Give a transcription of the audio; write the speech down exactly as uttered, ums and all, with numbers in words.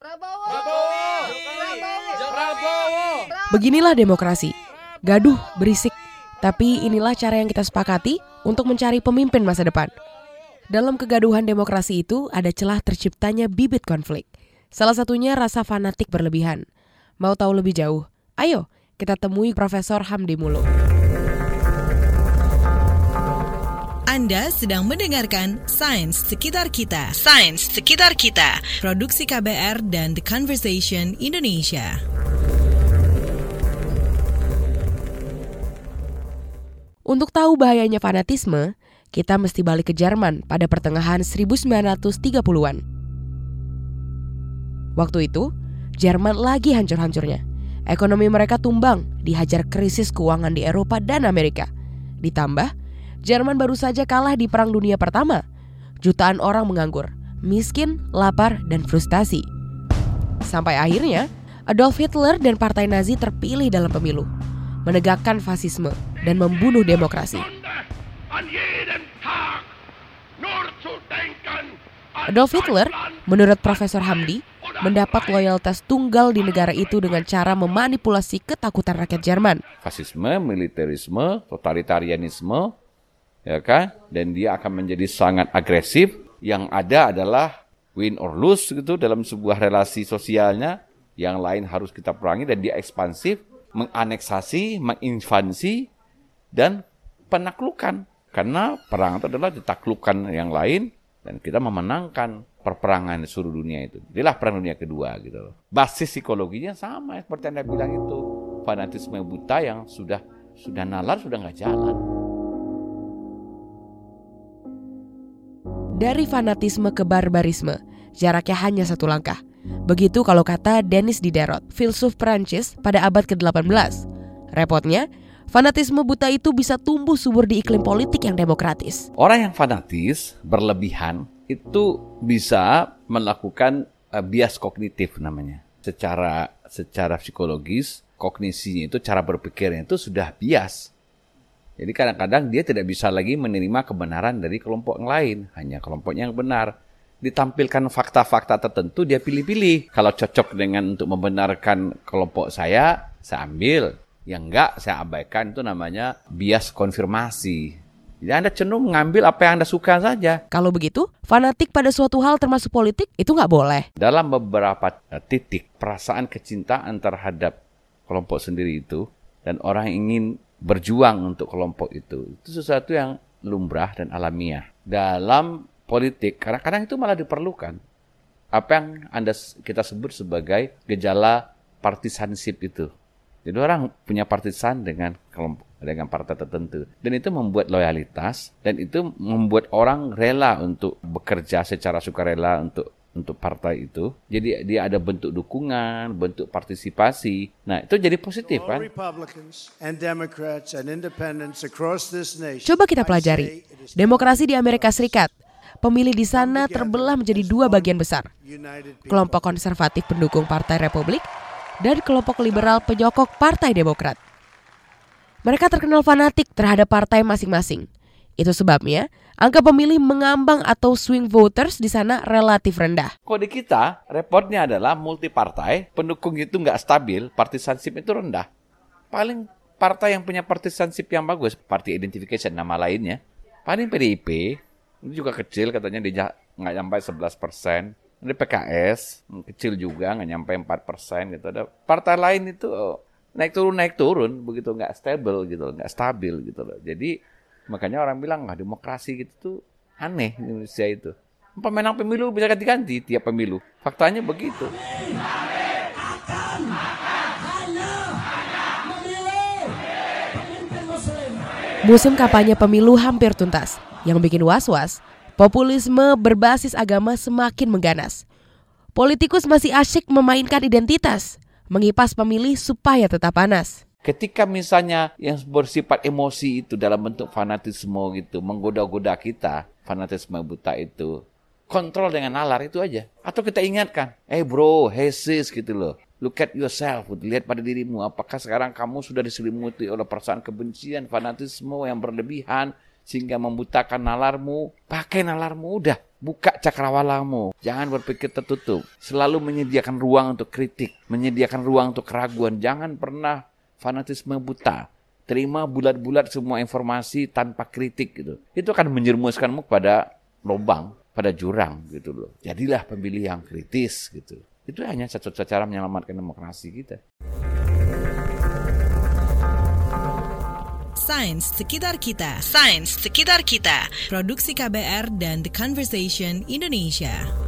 Prabowo! Prabowo! Prabowo! Prabowo! Beginilah demokrasi. Gaduh, berisik. Tapi inilah cara yang kita sepakati untuk mencari pemimpin masa depan. Dalam kegaduhan demokrasi itu ada celah terciptanya bibit konflik. Salah satunya rasa fanatik berlebihan. Mau tahu lebih jauh? Ayo, kita temui Profesor Hamdi Muluk. Anda sedang mendengarkan Sains Sekitar Kita. Sains Sekitar Kita. Produksi K B R dan The Conversation Indonesia. Untuk tahu bahayanya fanatisme, kita mesti balik ke Jerman pada pertengahan seribu sembilan ratus tiga puluhan. Waktu itu, Jerman lagi hancur-hancurnya. Ekonomi mereka tumbang, dihajar krisis keuangan di Eropa dan Amerika. Ditambah, Jerman baru saja kalah di Perang Dunia Pertama. Jutaan orang menganggur, miskin, lapar, dan frustasi. Sampai akhirnya, Adolf Hitler dan Partai Nazi terpilih dalam pemilu, menegakkan fasisme dan membunuh demokrasi. Adolf Hitler, menurut Profesor Hamdi, mendapat loyalitas tunggal di negara itu dengan cara memanipulasi ketakutan rakyat Jerman. Fasisme, militerisme, totalitarianisme, ya kan? Dan dia akan menjadi sangat agresif. Yang ada adalah win or lose gitu dalam sebuah relasi sosialnya. Yang lain harus kita perangi, dan dia ekspansif, menganeksasi, menginvasi, dan penaklukan. Karena perang itu adalah ditaklukkan yang lain, dan kita memenangkan perperangan di seluruh dunia itu. Inilah perang dunia kedua gitu. Basis psikologinya sama seperti Anda bilang itu. Fanatisme buta yang sudah sudah nalar, sudah nggak jalan. Dari fanatisme ke barbarisme, jaraknya hanya satu langkah. Begitu kalau kata Denis Diderot, filsuf Prancis pada abad ke delapan belas. Repotnya, fanatisme buta itu bisa tumbuh subur di iklim politik yang demokratis. Orang yang fanatis, berlebihan, itu bisa melakukan uh, bias kognitif namanya. Secara secara psikologis, kognisinya itu, cara berpikirnya itu sudah bias. Jadi kadang-kadang dia tidak bisa lagi menerima kebenaran dari kelompok yang lain. Hanya kelompoknya yang benar. Ditampilkan fakta-fakta tertentu, dia pilih-pilih. Kalau cocok dengan untuk membenarkan kelompok saya, saya ambil. Yang enggak, saya abaikan. Itu namanya bias konfirmasi. Jadi Anda cenderung mengambil apa yang Anda suka saja. Kalau begitu, fanatik pada suatu hal termasuk politik, itu nggak boleh. Dalam beberapa titik, perasaan kecintaan terhadap kelompok sendiri itu, dan orang ingin berjuang untuk kelompok itu, itu sesuatu yang lumrah dan alamiah. Dalam politik, kadang-kadang itu malah diperlukan. Apa yang Anda kita sebut sebagai gejala partisanship itu. Jadi orang punya partisan dengan kelompok, dengan partai tertentu. Dan itu membuat loyalitas, dan itu membuat orang rela untuk bekerja secara sukarela untuk untuk partai itu. Jadi dia ada bentuk dukungan, bentuk partisipasi. Nah, itu jadi positif kan? Coba kita pelajari. Demokrasi di Amerika Serikat. Pemilih di sana terbelah menjadi dua bagian besar. Kelompok konservatif pendukung Partai Republik dan kelompok liberal penyokong Partai Demokrat. Mereka terkenal fanatik terhadap partai masing-masing. Itu sebabnya angka pemilih mengambang atau swing voters di sana relatif rendah. Kode kita, repotnya adalah multipartai, pendukung itu nggak stabil, partisanship itu rendah. Paling partai yang punya partisanship yang bagus, party identification nama lainnya, paling P D I P, itu juga kecil katanya, dia nggak sampai sebelas persen. Ini P K S, kecil juga, nggak nyampe empat persen gitu. Ada partai lain itu oh, naik turun naik turun, begitu nggak stable gitu, nggak stabil gitu loh. Jadi makanya orang bilang nggak demokrasi gitu tuh aneh di Indonesia itu. Pemenang pemilu bisa ganti-ganti tiap pemilu. Faktanya begitu. Musim kampanye pemilu hampir tuntas. Yang bikin was-was, populisme berbasis agama semakin mengganas. Politikus masih asyik memainkan identitas, mengipas pemilih supaya tetap panas. Ketika misalnya yang bersifat emosi itu dalam bentuk fanatisme gitu, menggoda-goda kita, fanatisme buta itu, kontrol dengan nalar itu aja. Atau kita ingatkan, eh hey bro, hey sis gitu loh, look at yourself, lihat pada dirimu, apakah sekarang kamu sudah diselimuti oleh perasaan kebencian, fanatisme yang berlebihan, sehingga membutakan nalarmu, pakai nalarmu udah. Buka cakrawalamu, jangan berpikir tertutup. Selalu menyediakan ruang untuk kritik, menyediakan ruang untuk keraguan. Jangan pernah fanatisme buta. Terima bulat-bulat semua informasi tanpa kritik gitu. Itu akan menjerumuskanmu pada lubang, pada jurang gitu loh. Jadilah pemilih yang kritis gitu. Itu hanya satu cara menyelamatkan demokrasi kita. Sains Sekitar Kita. Sains Sekitar Kita. Produksi K B R dan The Conversation Indonesia.